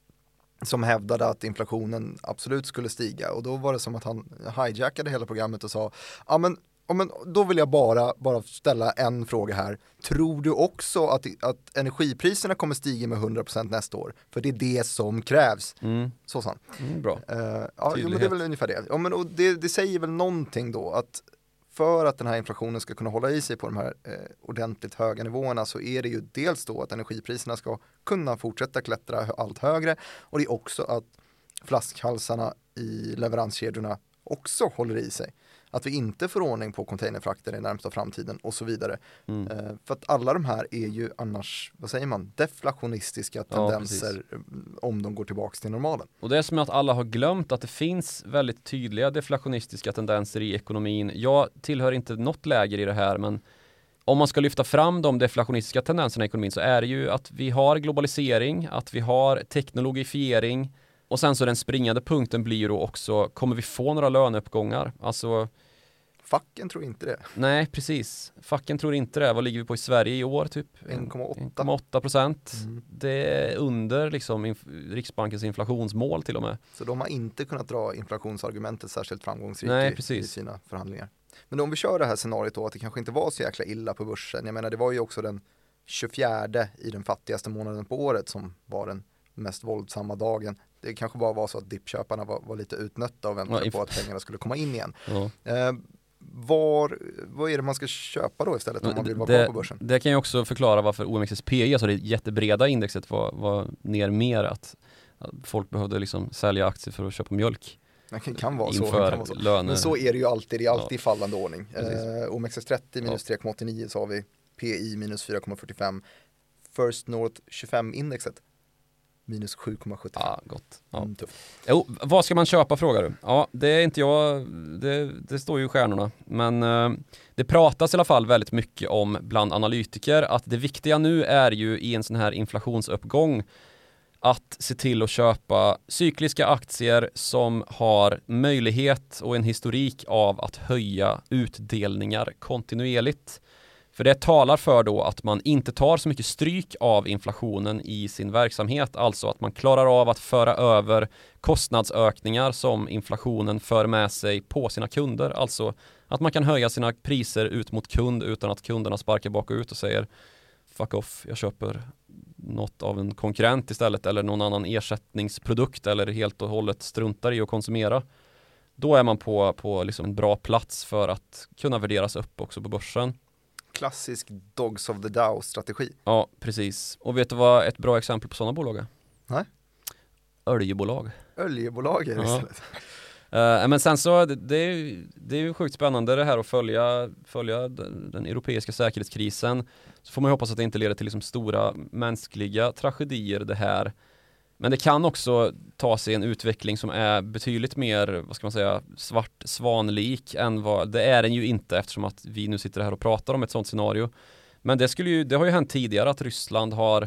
som hävdade att inflationen absolut skulle stiga, och då var det som att han hijackade hela programmet och sa men då vill jag bara ställa en fråga här. Tror du också att energipriserna kommer stiga med 100% nästa år? För det är det som krävs. Så sa han. Bra. Men det är väl ungefär det. Ja, men, och det säger väl någonting då, att för att den här inflationen ska kunna hålla i sig på de här ordentligt höga nivåerna, så är det ju dels då att energipriserna ska kunna fortsätta klättra allt högre, och det är också att flaskhalsarna i leveranskedjorna också håller i sig. Att vi inte får ordning på containerfrakter i närmsta framtiden och så vidare. För att alla de här är ju annars, vad säger man, deflationistiska tendenser om de går tillbaka till normalen. Och det är som att alla har glömt att det finns väldigt tydliga deflationistiska tendenser i ekonomin. Jag tillhör inte något läger i det här, men om man ska lyfta fram de deflationistiska tendenserna i ekonomin, så är det ju att vi har globalisering, att vi har teknologifiering, och sen så den springande punkten blir ju då också, kommer vi få några löneuppgångar? Alltså, facken tror inte det. Nej, precis. Facken tror inte det. Vad ligger vi på i Sverige i år? Typ 1,8%. Det är under liksom Riksbankens inflationsmål till och med. Så de har inte kunnat dra inflationsargumentet särskilt framgångsrikt i sina förhandlingar. Men om vi kör det här scenariot då, att det kanske inte var så jäkla illa på börsen. Jag menar, det var ju också den 24 i den fattigaste månaden på året som var den mest våldsamma dagen. Det kanske bara var så att dippköparna var lite utnötta och väntade på att pengarna skulle komma in igen. Vad är det man ska köpa då istället om man vill vara kvar på börsen? Det kan ju också förklara varför OMXS/PE, alltså det jättebreda indexet, var ner mer, att folk behövde liksom sälja aktier för att köpa mjölk. Det kan vara så. Men så är det ju alltid, det är alltid fallande ordning. OMXS30 minus 3,89, så har vi PI minus 4,45, First North 25-indexet minus 7,75. Ja, gott. Ja. Jo, vad ska man köpa, frågar du? Ja, det är inte jag, det står ju i stjärnorna. Men det pratas i alla fall väldigt mycket om bland analytiker att det viktiga nu är ju i en sån här inflationsuppgång att se till att köpa cykliska aktier som har möjlighet och en historik av att höja utdelningar kontinuerligt. För det talar för då att man inte tar så mycket stryk av inflationen i sin verksamhet. Alltså att man klarar av att föra över kostnadsökningar som inflationen för med sig på sina kunder. Alltså att man kan höja sina priser ut mot kund utan att kunderna sparkar bakut och säger fuck off, jag köper något av en konkurrent istället eller någon annan ersättningsprodukt eller helt och hållet struntar i att konsumera. Då är man på liksom en bra plats för att kunna värderas upp också på börsen. Klassisk Dogs of the Dow-strategi. Ja, precis. Och vet du vad ett bra exempel på sådana bolag är? Nej. Oljebolag. Oljebolag är det istället. Men sen så, det är ju sjukt spännande det här att följa den europeiska säkerhetskrisen. Så får man ju hoppas att det inte leder till liksom stora mänskliga tragedier det här. Men det kan också ta sig en utveckling som är betydligt mer, vad ska man säga, svart svanlik än vad det är den ju inte, eftersom att vi nu sitter här och pratar om ett sådant scenario. Men det har ju hänt tidigare att Ryssland har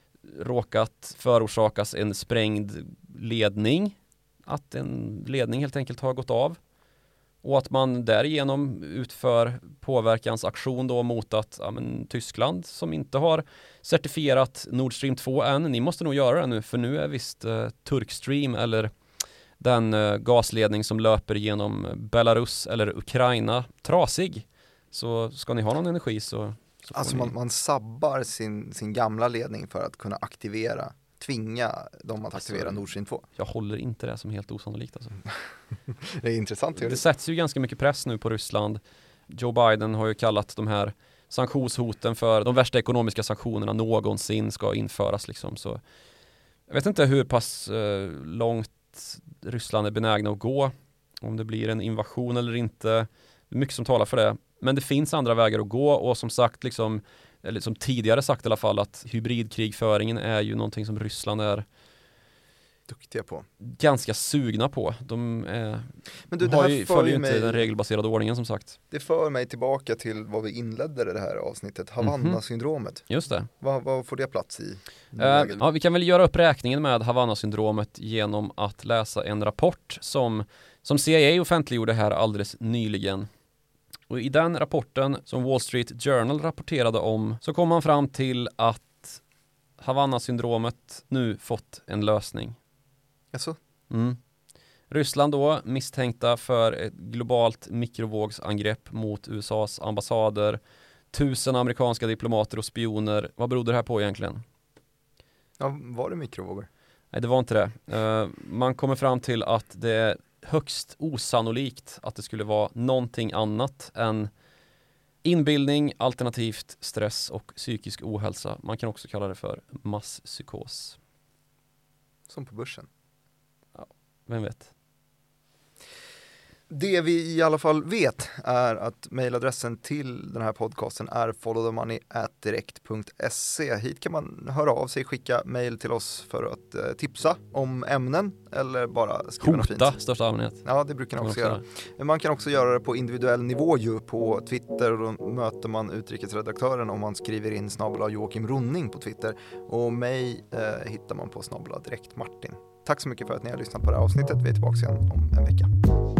råkat förorsakas en sprängd ledning, att en ledning helt enkelt har gått av och att man därigenom utför påverkansaktion då mot att Tyskland som inte har certifierat Nord Stream 2 än, ni måste nog göra det nu för nu är visst Turkstream eller den gasledning som löper genom Belarus eller Ukraina trasig. Så ska ni ha någon energi så alltså man sabbar sin gamla ledning för att kunna tvinga dem att aktivera Nord Stream 2. Jag håller inte det som helt osannolikt alltså. Det är intressant. Det sätts ju ganska mycket press nu på Ryssland. Joe Biden har ju kallat de här sanktionshoten för de värsta ekonomiska sanktionerna någonsin ska införas liksom. Så jag vet inte hur pass långt Ryssland är benägna att gå. Om det blir en invasion eller inte. Det är mycket som talar för det. Men det finns andra vägar att gå och som sagt liksom, eller som tidigare sagt i alla fall, att hybridkrigföringen är ju någonting som Ryssland är duktiga på. Ganska sugna på. De följer ju inte den regelbaserade ordningen som sagt. Det för mig tillbaka till vad vi inledde det här avsnittet, Havanna-syndromet. Just det. Vad får det plats i? Vi kan väl göra upp räkningen med Havanna-syndromet genom att läsa en rapport som CIA offentliggjorde här alldeles nyligen. Och i den rapporten som Wall Street Journal rapporterade om så kom man fram till att Havanna-syndromet nu fått en lösning. Jaså? Ryssland då misstänkta för ett globalt mikrovågsangrepp mot USAs ambassader, 1000 amerikanska diplomater och spioner. Vad beror det här på egentligen? Ja, var det mikrovågor? Nej, det var inte det. Man kommer fram till att det är högst osannolikt att det skulle vara någonting annat än inbildning, alternativt stress och psykisk ohälsa. Man kan också kalla det för masspsykos. Som på börsen. Ja, vem vet? Det vi i alla fall vet är att mejladressen till den här podcasten är followthemoney@direkt.se. Hit kan man höra av sig, skicka mejl till oss för att tipsa om ämnen eller bara skriva något fint. Hota största allmänhet. Ja, det brukar man också göra. Men man kan också göra det på individuell nivå ju på Twitter och då möter man utrikesredaktören om man skriver in @Joakim Ronning på Twitter och mig hittar man på @direktmartin. Tack så mycket för att ni har lyssnat på det här avsnittet. Vi är tillbaka igen om en vecka.